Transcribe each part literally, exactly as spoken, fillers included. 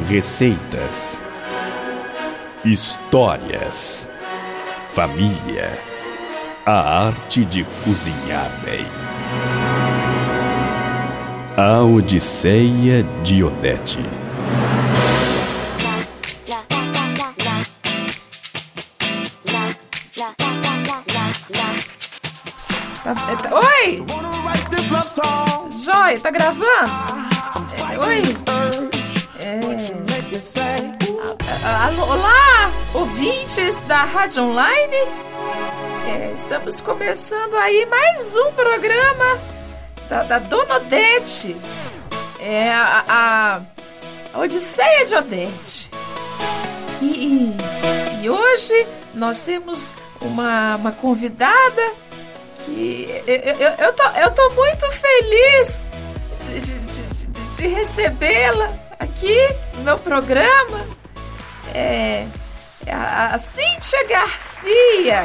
receitas, histórias, família, a arte de cozinhar bem. A Odisseia de Odete. Oi! Joia, tá gravando? É, oi? É... Alô, olá, ouvintes da Rádio Online. É, estamos começando aí mais um programa da, da Dona Odete. É a, a, a Odisseia de Odete. E, e, e hoje nós temos uma, uma convidada que eu, eu, eu, tô, eu tô muito feliz de, de, de, de recebê-la aqui no meu programa. É, é a, a Cíntia Garcia.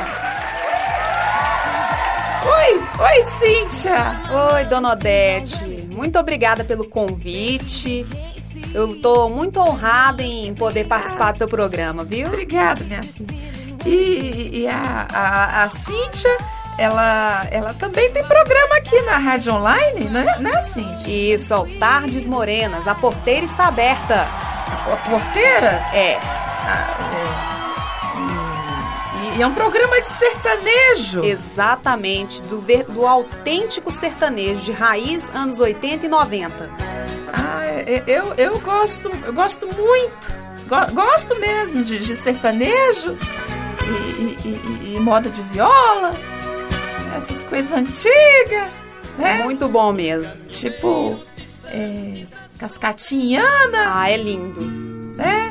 Oi, oi Cíntia. Oi, Dona Odete. Muito obrigada pelo convite. Eu tô muito honrada em poder participar ah, do seu programa, viu? Obrigada, minha filha. E, e a, a, a Cíntia, ela, ela também tem programa aqui na Rádio Online, né, né Cíntia? Isso, ó, Tardes Morenas. A porteira está aberta. A, a porteira? É. Ah, é. E é um programa de sertanejo. Exatamente, do, ver, do autêntico sertanejo, de raiz, anos oitenta e noventa. Ah, eu, eu gosto, eu gosto muito, go, gosto mesmo de, de sertanejo e, e, e, e moda de viola, essas coisas antigas, né? Muito bom mesmo. Tipo, é, Cascatinhana. Ah, é lindo. Né?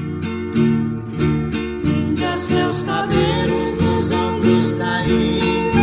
Seus cabelos nos ombros caindo.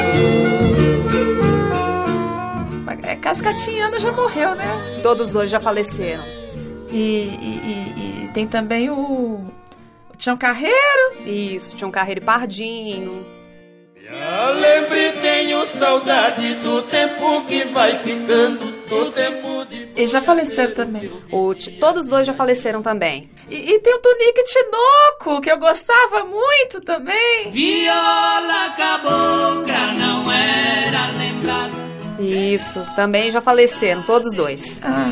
Cascatinhana já morreu, né? Todos dois já faleceram. E, e, e, e tem também o, o Tião Carreiro. Isso, Tião Carreiro e Pardinho. Eu lembre, tenho saudade do tempo que vai ficando, do tempo de... Eles já faleceram também. O, todos dois já faleceram também. E, e tem o Tunique Tinoco, que eu gostava muito também. Viola cabocla não era lembrada. Isso, também já faleceram, todos dois. Ah.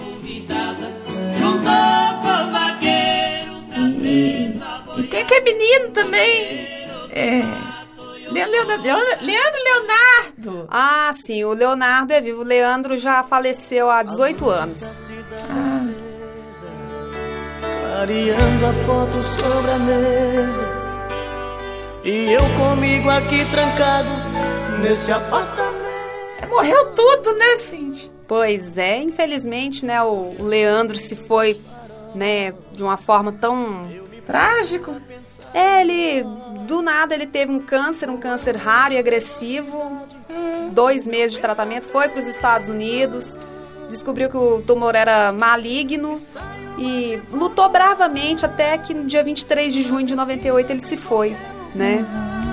E, e tem aquele menino também. É... Leandro, Leandro Leonardo. Ah, sim, o Leonardo é vivo. O Leandro já faleceu há dezoito anos. Ah. Clareando a foto sobre a mesa e eu comigo aqui trancado nesse apartamento. Morreu tudo, né, Cíntia? Pois é, infelizmente, né, o Leandro se foi, né, de uma forma tão... Trágico. É, ele, do nada, ele teve um câncer, um câncer raro e agressivo. Hum. Dois meses de tratamento, foi para os Estados Unidos, descobriu que o tumor era maligno e lutou bravamente até que no dia vinte e três de junho de noventa e oito ele se foi, né?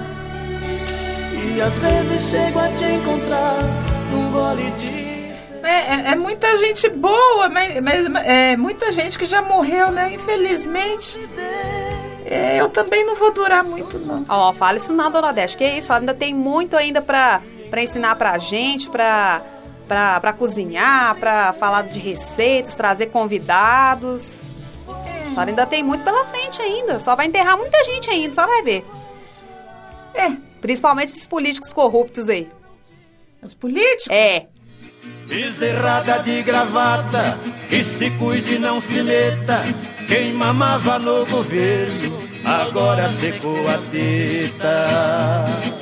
Uhum. E às vezes chego a te encontrar num gole de... É, é, é muita gente boa, mas, mas é muita gente que já morreu, né? Infelizmente. É, eu também não vou durar muito, não. Ó, oh, fala isso não, Dona Odete, que isso, ainda tem muito ainda pra, pra ensinar pra gente, pra, pra, pra cozinhar, pra falar de receitas, trazer convidados. É. Só ainda tem muito pela frente ainda, só vai enterrar muita gente ainda, só vai ver. É. Principalmente esses políticos corruptos aí. Os políticos? É. Bezerrada de gravata, que se cuide e não se meta. Quem mamava no governo, agora secou a teta.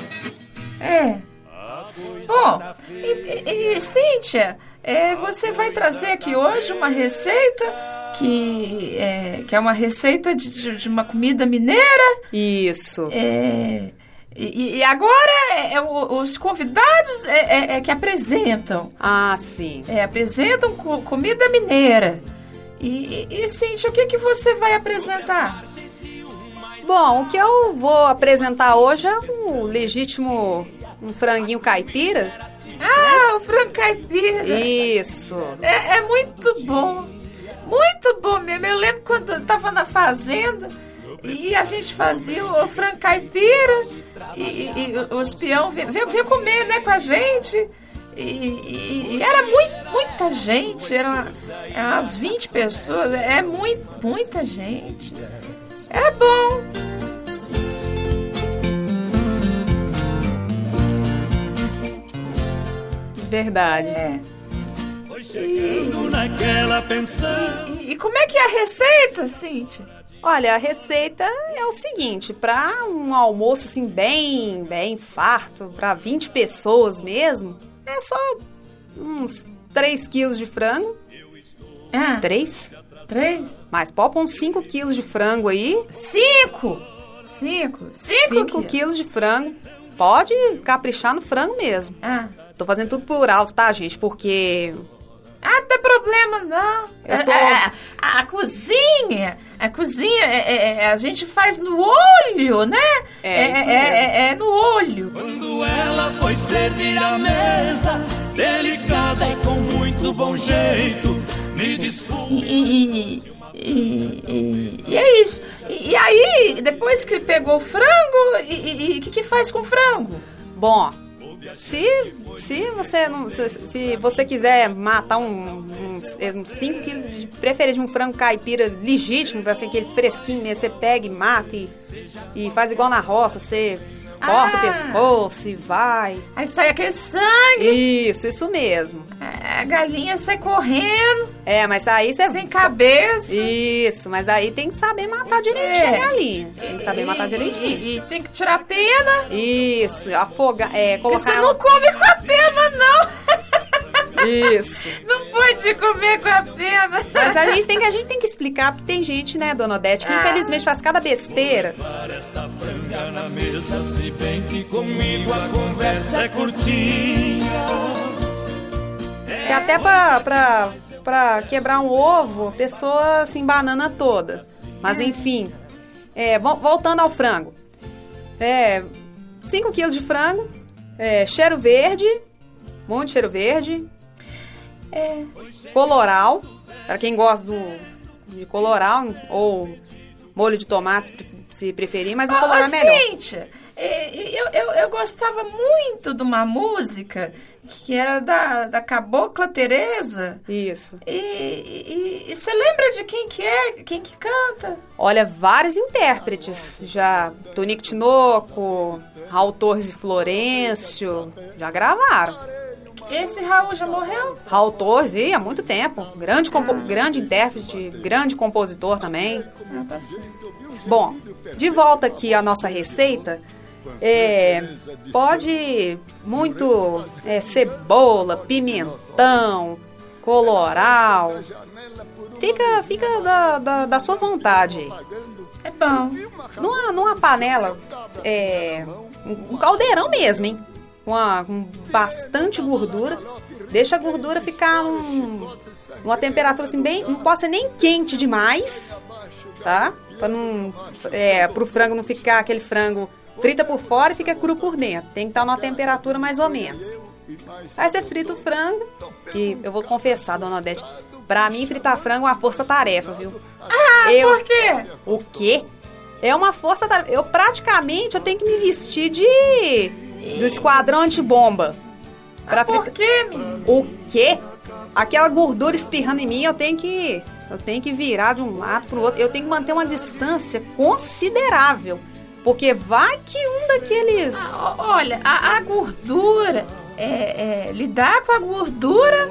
É. Bom, e, e, e Cíntia, é, você vai trazer aqui hoje uma receita que é, que é uma receita de, de, de uma comida mineira. Isso. É... E, e agora é, é, os convidados é, é, é que apresentam. Ah, sim. É, apresentam co- comida mineira. E, e, e Cíntia, o que, que você vai apresentar? Bom, o que eu vou apresentar hoje é um legítimo um franguinho caipira. Ah, é? O frango caipira. Isso. É, é muito bom. Muito bom mesmo. fazenda e a gente fazia o frango caipira e, e, e os peão vinham vinha comer, né, com a gente. E, e, e era muito, muita gente, eram umas vinte pessoas, é muito, muita gente. É bom. Verdade. É. E, e, e como é que é a receita, Cíntia? Olha, a receita é o seguinte, para um almoço assim bem, bem farto, para vinte pessoas mesmo, é só uns três quilos de frango. Ah, três? três? Mas pode pôr uns cinco quilos de frango aí. cinco? cinco? cinco quilos de frango. Pode caprichar no frango mesmo. Ah. Tô fazendo tudo por alto, tá, gente? Porque... Ah, não tem problema, não. Eu sou... a, a, a cozinha, a cozinha, é, é, a gente faz no olho, né? É, isso é, mesmo. É, é no olho. Quando ela foi servir a mesa, delicada e com muito bom jeito, me desculpe. E, e, e, e, e é isso. E, e aí, depois que pegou o frango, e o que, que faz com o frango? Bom, se, se, você não, se, se você quiser matar um, uns cinco quilos, de preferir de um frango caipira legítimo, assim, aquele fresquinho mesmo, você pega e mata e, e faz igual na roça, você corta Ah. o pescoço e vai. Aí sai aquele sangue, Isso, isso mesmo. a galinha sai correndo, É, mas aí você... sem cabeça. Isso, mas aí tem que saber matar direitinho É. a galinha. Tem que saber matar E- direitinho. E, e tem que tirar a pena. Isso, afogar, é, Porque colocar você ela... não come com a pena, não. Isso. Não pode comer com a pena. Mas a gente tem que, a gente tem que explicar, porque tem gente, né, Dona Odete, que Ah. infelizmente faz cada besteira. Essa franga na mesa, se bem que comigo a conversa é curtinha. E até pra, pra, pra quebrar um ovo, a pessoa se embanana toda. Mas enfim, é, vo- voltando ao frango. É, cinco quilos de frango, é, cheiro verde, muito cheiro verde, É. coloral, para quem gosta do, de coloral, ou molho de tomate, se preferir, mas o coloral é melhor. Cíntia, é, eu, eu, eu gostava muito de uma música que era da, da Cabocla Teresa. Isso. E, e, e você lembra de quem que é? Quem que canta? Olha, vários intérpretes, já Tonico Tinoco, Raul Torres e Florencio, já gravaram. Esse Raul já morreu? Raul Torres, ih, há muito tempo, grande, compo- grande intérprete, grande compositor também. Ah, tá certo. Bom, de volta aqui à nossa receita, é, pode muito é, cebola, pimentão, coloral, fica, fica da, da, da sua vontade aí. É bom. Numa, numa panela, é, um um caldeirão mesmo, hein? Uma, com bastante gordura. Deixa a gordura ficar num, numa temperatura assim bem... Não pode ser nem quente demais, tá? Pra não... É, pro frango não ficar aquele frango frita por fora e fica cru por dentro. Tem que estar numa temperatura mais ou menos. Aí você frita o frango, que eu vou confessar, Dona Odete, pra mim fritar frango é uma força-tarefa, viu? Ah, Eu- por quê? O quê? É uma força-tarefa. Eu praticamente eu tenho que me vestir de... do esquadrão antibomba. Pra Por fritar. quê, menino? O quê? Aquela gordura espirrando em mim, eu tenho que... Eu tenho que virar de um lado pro outro. Eu tenho que manter uma distância considerável. Porque vai que um daqueles... Ó, Olha, a, a gordura, é, é, lidar com a gordura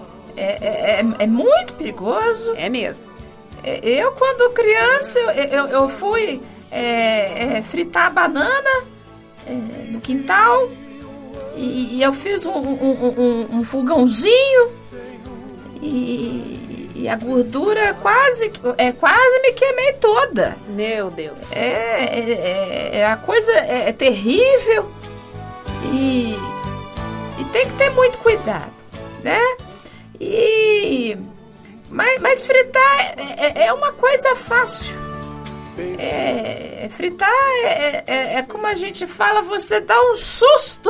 é, é, é muito perigoso. É mesmo. É, Eu, quando criança, eu, eu, eu fui é, é, fritar banana é, no quintal e, e eu fiz um, um, um, um fogãozinho e, e a gordura quase, é, quase me queimei toda. Meu Deus. É, é, é- a coisa é, é terrível e, e tem que ter muito cuidado, né? E mas, mas fritar é, é- é uma coisa fácil. É, fritar é, é- é como a gente fala, você dá um susto.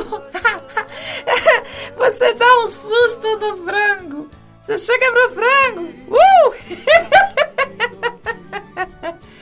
Você dá um susto no frango. Você chega pro frango. Uh!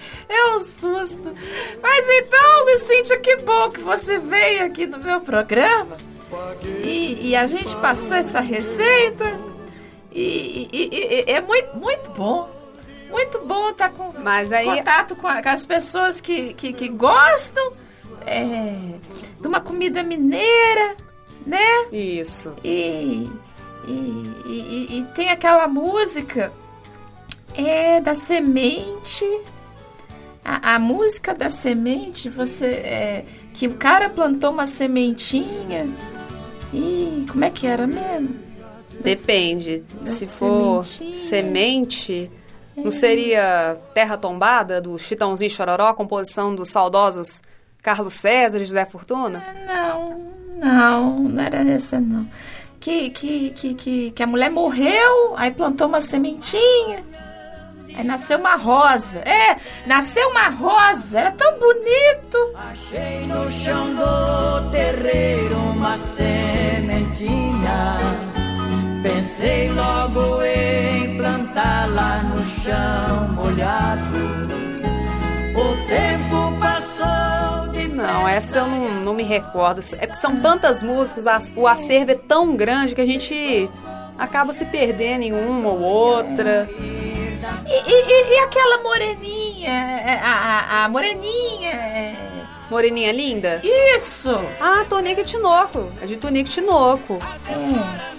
Poxa, que bom que você veio aqui no meu programa. E, e a gente passou essa receita. E, e, e, e é muito, muito bom. Muito bom estar com Mas aí... contato com, a, com as pessoas que, que, que gostam é, de uma comida mineira, né? Isso. E, e, e, e, e tem aquela música é, da semente. A, a música da semente, você é, que o cara plantou uma sementinha. E como é que era mesmo? Depende. Da Se for sementinha. semente, não seria Terra Tombada, do Chitãozinho Chororó, composição dos saudosos Carlos César e José Fortuna? Não, não, não era essa não. Que, que, que, que, que a mulher morreu, aí plantou uma sementinha, aí nasceu uma rosa. É, nasceu uma rosa, era tão bonito. Achei no chão do terreiro uma sementinha. Pensei logo em plantá-la no chão molhado. O tempo passou de Não, essa eu não, não me recordo. É porque são tantas músicas, a- o acervo é tão grande que a gente acaba se perdendo em uma ou outra. E, e, e aquela moreninha, é, a, a, a moreninha, é, Moreninha Linda? isso, Ah, Tonico e Tinoco. É de Tonico e Tinoco. é.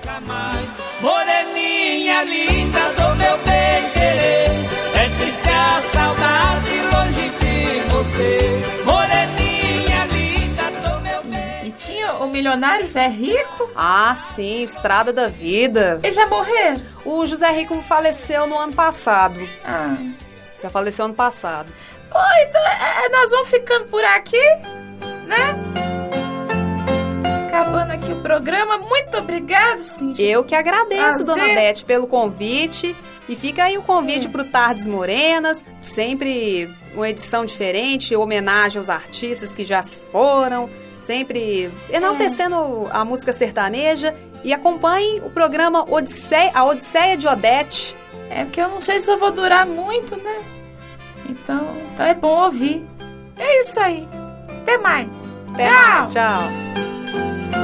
Moreninha linda do meu bem querer, é triste a saudade longe de você. Moreninha linda do meu bem. E tinha o milionário Zé Rico. Ah, sim, Estrada da Vida. Eles já morreram? O José Rico faleceu no ano passado. Ah. Já faleceu ano passado. Pô, então é, nós vamos ficando por aqui, né? Acabando aqui o programa. Muito obrigado, Cíntia. Eu que agradeço, Prazer. Dona Odete, pelo convite. E fica aí o convite É. pro Tardes Morenas. Sempre uma edição diferente, homenagem aos artistas que já se foram. Sempre enaltecendo a música sertaneja. E acompanhe o programa Odisseia, a Odisseia de Odete. É porque eu não sei se eu vou durar muito, né? Então, então é bom ouvir. É isso aí. Até mais. Até Tchau. mais, tchau.